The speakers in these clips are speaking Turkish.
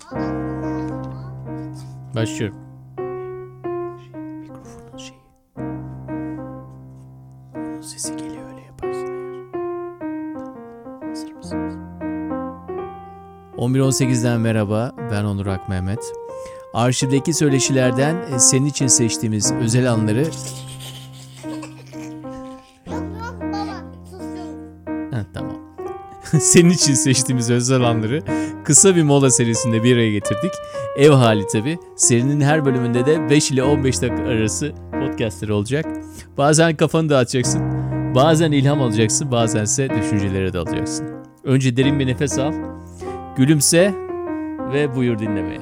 Başlıyorum. Mikrofonun şeyi. Onun sesi geliyor, öyle yaparsın eğer. Tamam. Hazır mısınız? 11.18'den merhaba. Ben Onur Akmehmet. Arşivdeki söyleşilerden senin için seçtiğimiz özel anları... Tamam. Senin için seçtiğimiz özel anları kısa bir mola serisinde bir araya getirdik. Ev hali tabii. Serinin her bölümünde de 5 ile 15 dakika arası podcastleri olacak. Bazen kafanı dağıtacaksın, bazen ilham alacaksın, bazense düşüncelere dalacaksın. Önce derin bir nefes al, gülümse ve buyur dinlemeye.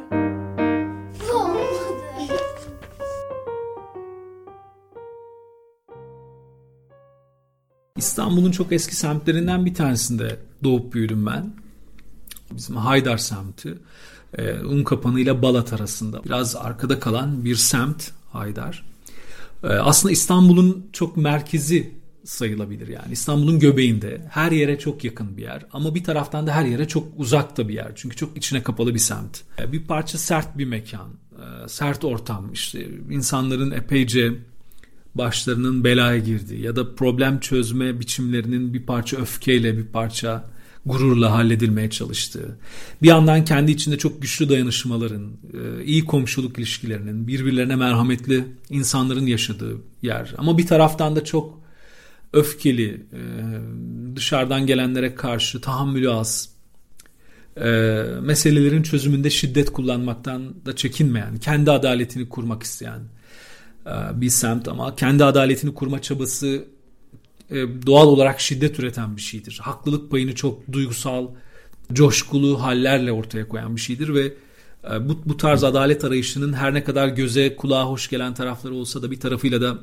İstanbul'un çok eski semtlerinden bir tanesinde doğup büyüdüm ben. Bizim Haydar semti. Unkapanı ile Balat arasında. Biraz arkada kalan bir semt Haydar. Aslında İstanbul'un çok merkezi sayılabilir yani. İstanbul'un göbeğinde. Her yere çok yakın bir yer. Ama bir taraftan da her yere çok uzakta bir yer. Çünkü çok içine kapalı bir semt. Bir parça sert bir mekan. Sert ortam. İşte insanların epeyce başlarının belaya girdiği ya da problem çözme biçimlerinin bir parça öfkeyle, bir parça gururla halledilmeye çalıştığı, bir yandan kendi içinde çok güçlü dayanışmaların, iyi komşuluk ilişkilerinin, birbirlerine merhametli insanların yaşadığı yer. Ama bir taraftan da çok öfkeli, dışarıdan gelenlere karşı tahammülü az, meselelerin çözümünde şiddet kullanmaktan da çekinmeyen, kendi adaletini kurmak isteyen bir semt ama kendi adaletini kurma çabası doğal olarak şiddet üreten bir şeydir. Haklılık payını çok duygusal, coşkulu hallerle ortaya koyan bir şeydir ve bu tarz adalet arayışının her ne kadar göze kulağa hoş gelen tarafları olsa da bir tarafıyla da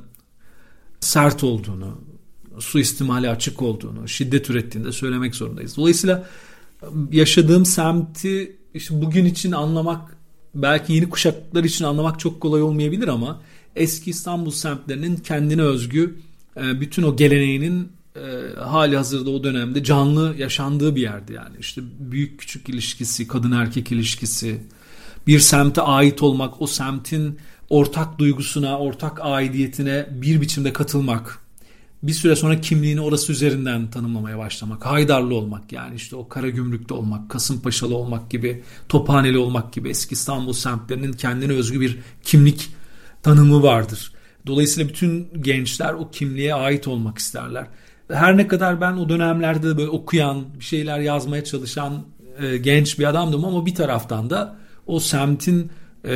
sert olduğunu, suistimale açık olduğunu, şiddet ürettiğini de söylemek zorundayız. Dolayısıyla yaşadığım semti işte bugün için anlamak, belki yeni kuşaklar için anlamak çok kolay olmayabilir ama eski İstanbul semtlerinin kendine özgü bütün o geleneğinin hali hazırda o dönemde canlı yaşandığı bir yerdi yani. İşte büyük küçük ilişkisi, kadın erkek ilişkisi, bir semte ait olmak, o semtin ortak duygusuna, ortak aidiyetine bir biçimde katılmak, bir süre sonra kimliğini orası üzerinden tanımlamaya başlamak, Haydarlı olmak yani işte o Karagümrük'te olmak, Kasımpaşalı olmak gibi, Tophaneli olmak gibi eski İstanbul semtlerinin kendine özgü bir kimlik tanımı vardır. Dolayısıyla bütün gençler o kimliğe ait olmak isterler. Her ne kadar ben o dönemlerde de böyle okuyan, bir şeyler yazmaya çalışan genç bir adamdım ama bir taraftan da o semtin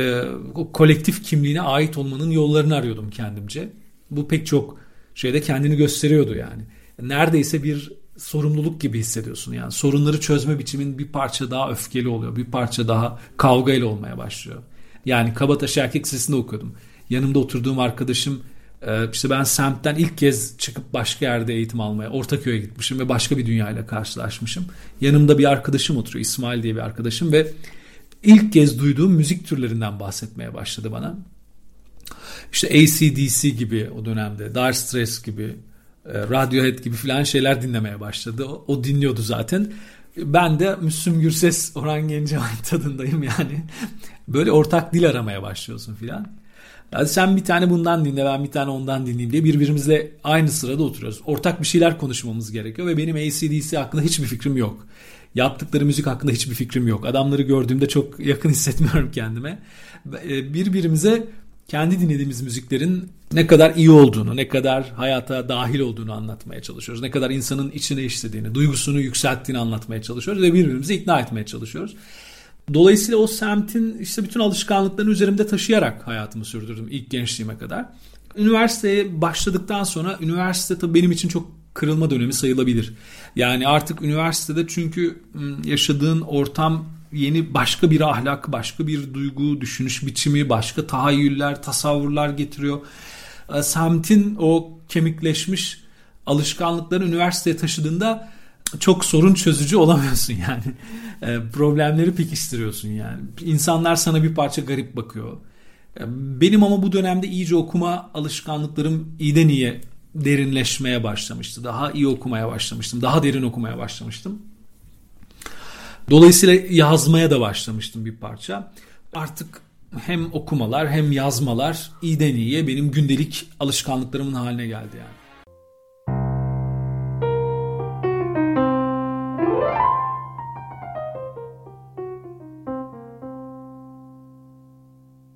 o kolektif kimliğine ait olmanın yollarını arıyordum kendimce. Bu pek çok şeyde kendini gösteriyordu yani. Neredeyse bir sorumluluk gibi hissediyorsun yani. Sorunları çözme biçimin bir parça daha öfkeli oluyor, bir parça daha kavgayla olmaya başlıyor. Yani Kabataş Erkek Lisesi'nde okuyordum. Yanımda oturduğum arkadaşım işte ben semtten ilk kez çıkıp başka yerde eğitim almaya Ortaköy'e gitmişim ve başka bir dünyayla karşılaşmışım. Yanımda bir arkadaşım oturuyor, İsmail diye bir arkadaşım ve ilk kez duyduğum müzik türlerinden bahsetmeye başladı bana. İşte AC/DC gibi o dönemde, Dire Straits gibi, Radiohead gibi filan şeyler dinlemeye başladı. O dinliyordu zaten. Ben de Müslüm Gürses, Orhan Gencebay tadındayım yani. Böyle ortak dil aramaya başlıyorsun filan. Hadi sen bir tane bundan dinle, ben bir tane ondan dinleyeyim diye birbirimizle aynı sırada oturuyoruz. Ortak bir şeyler konuşmamız gerekiyor ve benim AC/DC hakkında hiçbir fikrim yok. Yaptıkları müzik hakkında hiçbir fikrim yok. Adamları gördüğümde çok yakın hissetmiyorum kendime. Birbirimize kendi dinlediğimiz müziklerin ne kadar iyi olduğunu, ne kadar hayata dahil olduğunu anlatmaya çalışıyoruz. Ne kadar insanın içine işlediğini, duygusunu yükselttiğini anlatmaya çalışıyoruz ve birbirimizi ikna etmeye çalışıyoruz. Dolayısıyla o semtin işte bütün alışkanlıklarını üzerimde taşıyarak hayatımı sürdürdüm ilk gençliğime kadar. Üniversiteye başladıktan sonra üniversite tabii benim için çok kırılma dönemi sayılabilir. Yani artık üniversitede çünkü yaşadığın ortam yeni başka bir ahlak, başka bir duygu, düşünüş biçimi, başka tahayyüller, tasavvurlar getiriyor. Semtin o kemikleşmiş alışkanlıklarını üniversiteye taşıdığında çok sorun çözücü olamıyorsun yani. Problemleri pekiştiriyorsun yani. İnsanlar sana bir parça garip bakıyor. Benim ama bu dönemde iyice okuma alışkanlıklarım iyiden iyiye derinleşmeye başlamıştı. Daha iyi okumaya başlamıştım. Daha derin okumaya başlamıştım. Dolayısıyla yazmaya da başlamıştım bir parça. Artık hem okumalar hem yazmalar iyiden iyiye benim gündelik alışkanlıklarımın haline geldi yani.